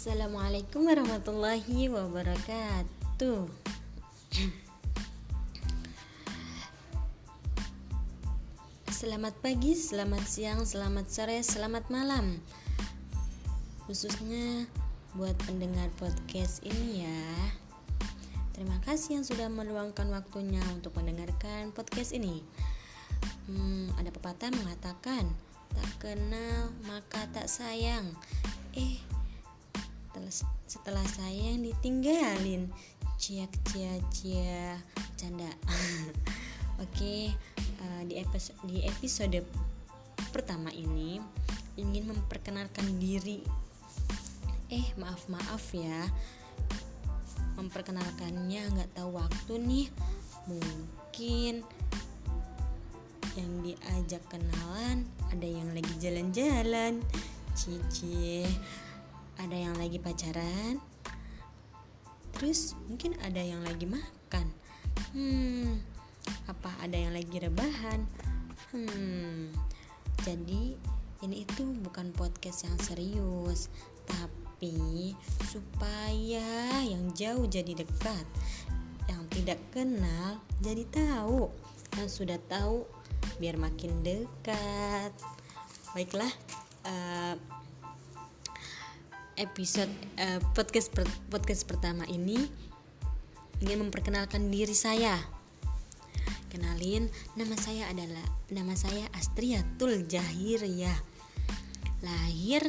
Assalamualaikum warahmatullahi wabarakatuh. Selamat pagi, selamat siang, selamat sore, selamat malam. Khususnya buat pendengar podcast ini ya. Terima kasih yang sudah meluangkan waktunya untuk mendengarkan podcast ini. Ada pepatah mengatakan, tak kenal maka tak sayang. Setelah sayang ditinggalin. Cia canda. Oke, di episode pertama ini ingin memperkenalkan diri. Maaf ya, memperkenalkannya nggak tahu waktu nih. Mungkin yang diajak kenalan ada yang lagi jalan-jalan, ada yang lagi pacaran, terus mungkin ada yang lagi makan, apa ada yang lagi rebahan. Jadi ini itu bukan podcast yang serius, tapi supaya yang jauh jadi dekat, yang tidak kenal jadi tahu, yang sudah tahu biar makin dekat. Baiklah, episode podcast pertama ini ingin memperkenalkan diri saya. Kenalin, nama saya Astriatul Jahiriyah. Lahir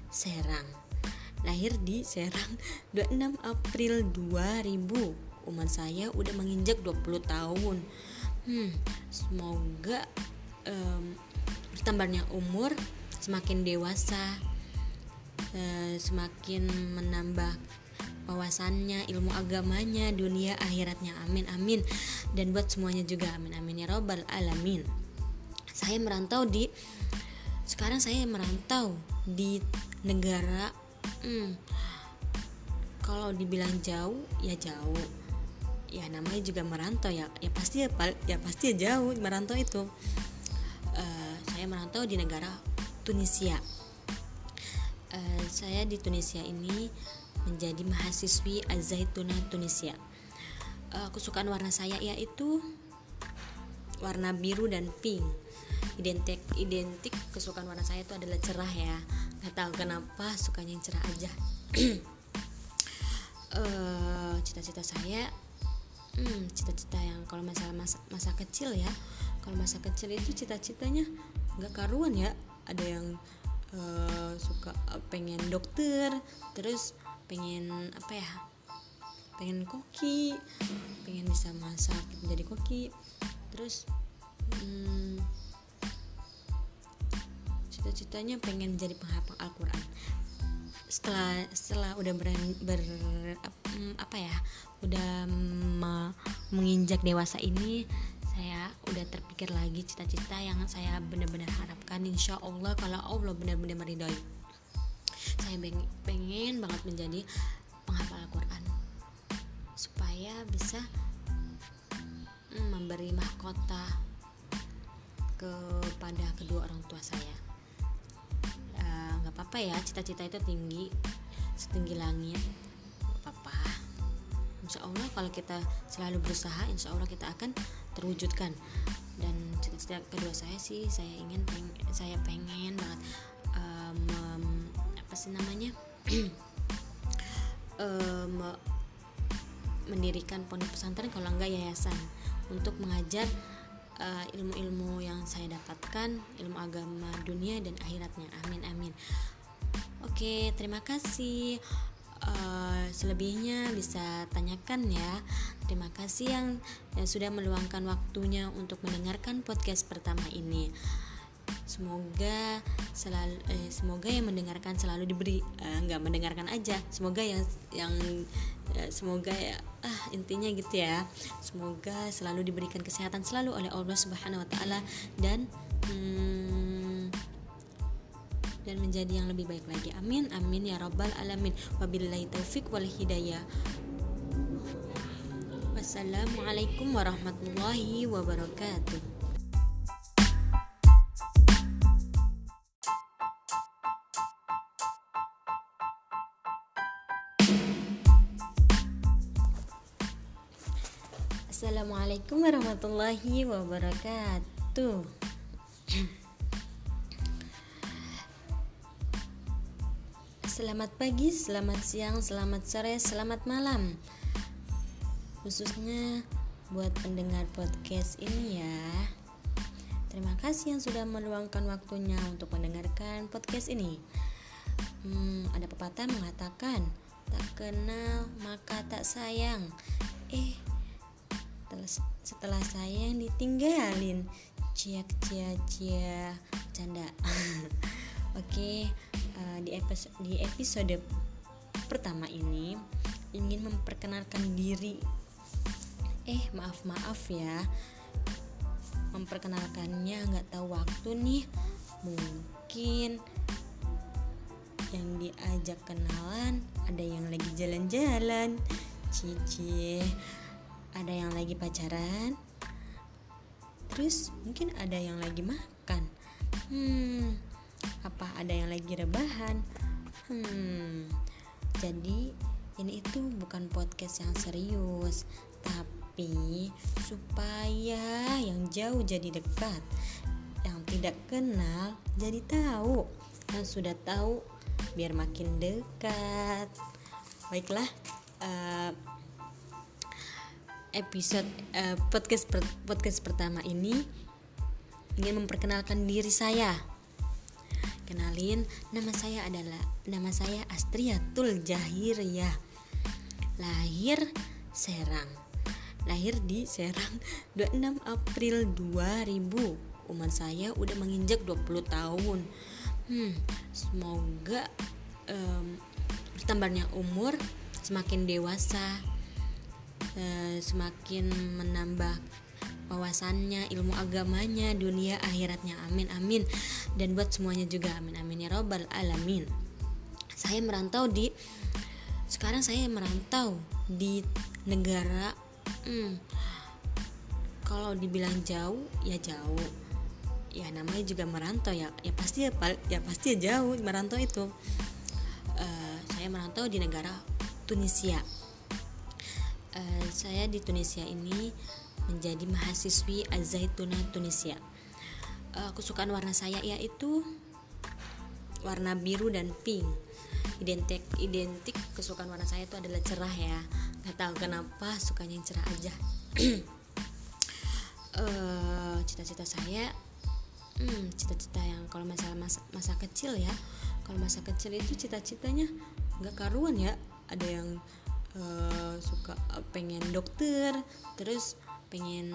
di Serang 26 April 2000. Umur saya udah menginjak 20 tahun. Semoga bertambahnya umur semakin dewasa, semakin menambah wawasannya, ilmu agamanya, dunia akhiratnya. Amin. Dan buat semuanya juga amin ya robbal alamin. Sekarang saya merantau di negara kalau dibilang jauh ya jauh. Ya namanya juga merantau ya pasti jauh merantau itu. Saya merantau di negara Tunisia. Saya di Tunisia ini menjadi mahasiswi Az-Zaituna Tunisia. Kesukaan warna saya yaitu warna biru dan pink. Identik kesukaan warna saya itu adalah cerah ya. Gak tahu kenapa sukanya yang cerah aja. Cita-cita saya cita-cita yang kalau masalah masa kecil ya. Kalau masa kecil itu cita-citanya gak karuan ya. Ada yang suka pengen dokter, terus pengen koki, pengen bisa masak jadi koki, terus cita-citanya pengen jadi penghafal Al-Quran. Setelah udah menginjak dewasa ini, saya udah terpikir lagi cita-cita yang saya benar-benar harapkan. Insya Allah kalau Allah benar-benar meridhoi, saya pengen banget menjadi penghafal Al-Quran supaya bisa memberi mahkota kepada kedua orang tua saya. Gak apa-apa ya, cita-cita itu setinggi langit, gak apa-apa. Insya Allah kalau kita selalu berusaha, insya Allah kita akan terwujudkan. Dan cita-cita kedua saya sih, saya pengen banget mendirikan pondok pesantren, kalau enggak yayasan, untuk mengajar ilmu-ilmu yang saya dapatkan, ilmu agama dunia dan akhiratnya. Amin. Oke, terima kasih. Selebihnya bisa tanyakan ya. Terima kasih yang sudah meluangkan waktunya untuk mendengarkan podcast pertama ini. Semoga yang mendengarkan selalu diberi nggak mendengarkan aja. Semoga intinya gitu ya. Semoga selalu diberikan kesehatan selalu oleh Allah Subhanahu wa taala dan menjadi yang lebih baik lagi. Amin ya rabbal alamin. Wabillahi taufik wal hidayah. Wassalamualaikum warahmatullahi wabarakatuh. Assalamualaikum warahmatullahi wabarakatuh. Selamat pagi, selamat siang, selamat sore, selamat malam. Khususnya buat pendengar podcast ini ya. Terima kasih yang sudah meluangkan waktunya untuk mendengarkan podcast ini. Ada pepatah mengatakan, tak kenal maka tak sayang. Setelah sayang ditinggalin, cia canda. Oke, di episode pertama ini ingin memperkenalkan diri. Maaf ya, memperkenalkannya nggak tahu waktu nih. Mungkin yang diajak kenalan ada yang lagi jalan-jalan, ada yang lagi pacaran, terus mungkin ada yang lagi makan, ada yang lagi rebahan. Jadi ini itu bukan podcast yang serius, tapi supaya yang jauh jadi dekat, yang tidak kenal jadi tahu, yang sudah tahu biar makin dekat. Baiklah, episode podcast pertama ini ingin memperkenalkan diri saya. Kenalin, nama saya Astriatul Jahiriyah. Lahir di Serang 26 April 2000. Umur saya udah menginjak 20 tahun. Semoga bertambahnya umur semakin dewasa, semakin menambah wawasannya, ilmu agamanya, dunia akhiratnya. Amin amin. Dan buat semuanya juga amin amin ya robbal alamin. Sekarang saya merantau di negara kalau dibilang jauh ya jauh. Ya namanya juga merantau ya pasti jauh merantau itu. Saya merantau di negara Tunisia. Saya di Tunisia ini menjadi mahasiswi Az-Zaituna Tunisia. Kesukaan warna saya yaitu warna biru dan pink. Identik kesukaan warna saya itu adalah cerah ya. Gak tahu kenapa sukanya yang cerah aja. Cita-cita saya cita-cita yang kalau masalah masa kecil ya. Kalau masa kecil itu cita-citanya gak karuan ya. Ada yang suka pengen dokter, terus pengen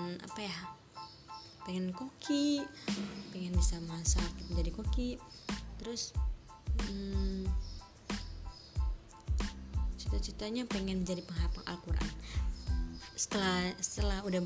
koki, pengen bisa masak menjadi koki, terus cita-citanya pengen jadi penghafal Al-Quran. Setelah udah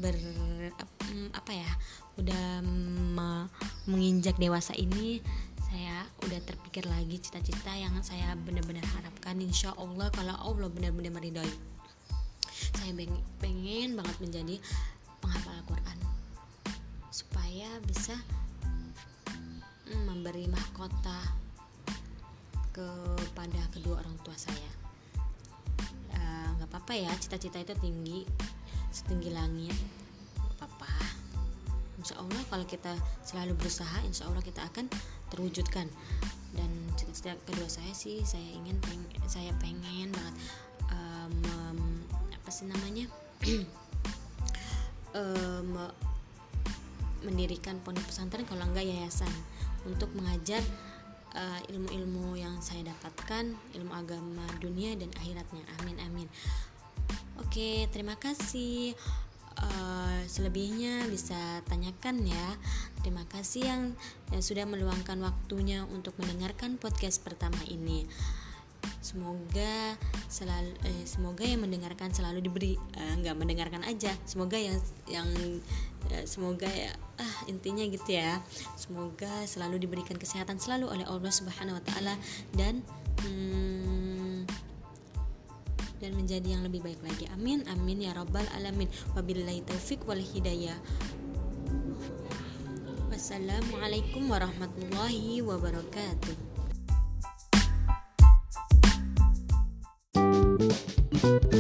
menginjak dewasa ini, saya udah terpikir lagi cita-cita yang saya benar-benar harapkan. Insya Allah kalau Allah benar-benar meridhoi, saya pengen banget menjadi penghafal Al-Quran supaya bisa memberi mahkota kepada kedua orang tua saya. Gak apa-apa ya, cita-cita itu setinggi langit, gak apa-apa. Insya Allah kalau kita selalu berusaha, insya Allah kita akan terwujudkan. Dan cita-cita kedua saya sih, saya pengen banget mendirikan pondok pesantren, kalau enggak yayasan, untuk mengajar ilmu-ilmu yang saya dapatkan, ilmu agama dunia dan akhiratnya. Amin amin. Oke, terima kasih. Selebihnya bisa tanyakan ya. Terima kasih yang sudah meluangkan waktunya untuk mendengarkan podcast pertama ini. Semoga yang mendengarkan selalu diberi nggak mendengarkan aja. Intinya gitu ya. Semoga selalu diberikan kesehatan selalu oleh Allah Subhanahu wa taala dan menjadi yang lebih baik lagi. Amin amin ya rabbal alamin. Wabillahi taufik wal hidayah. Wassalamualaikum warahmatullahi wabarakatuh.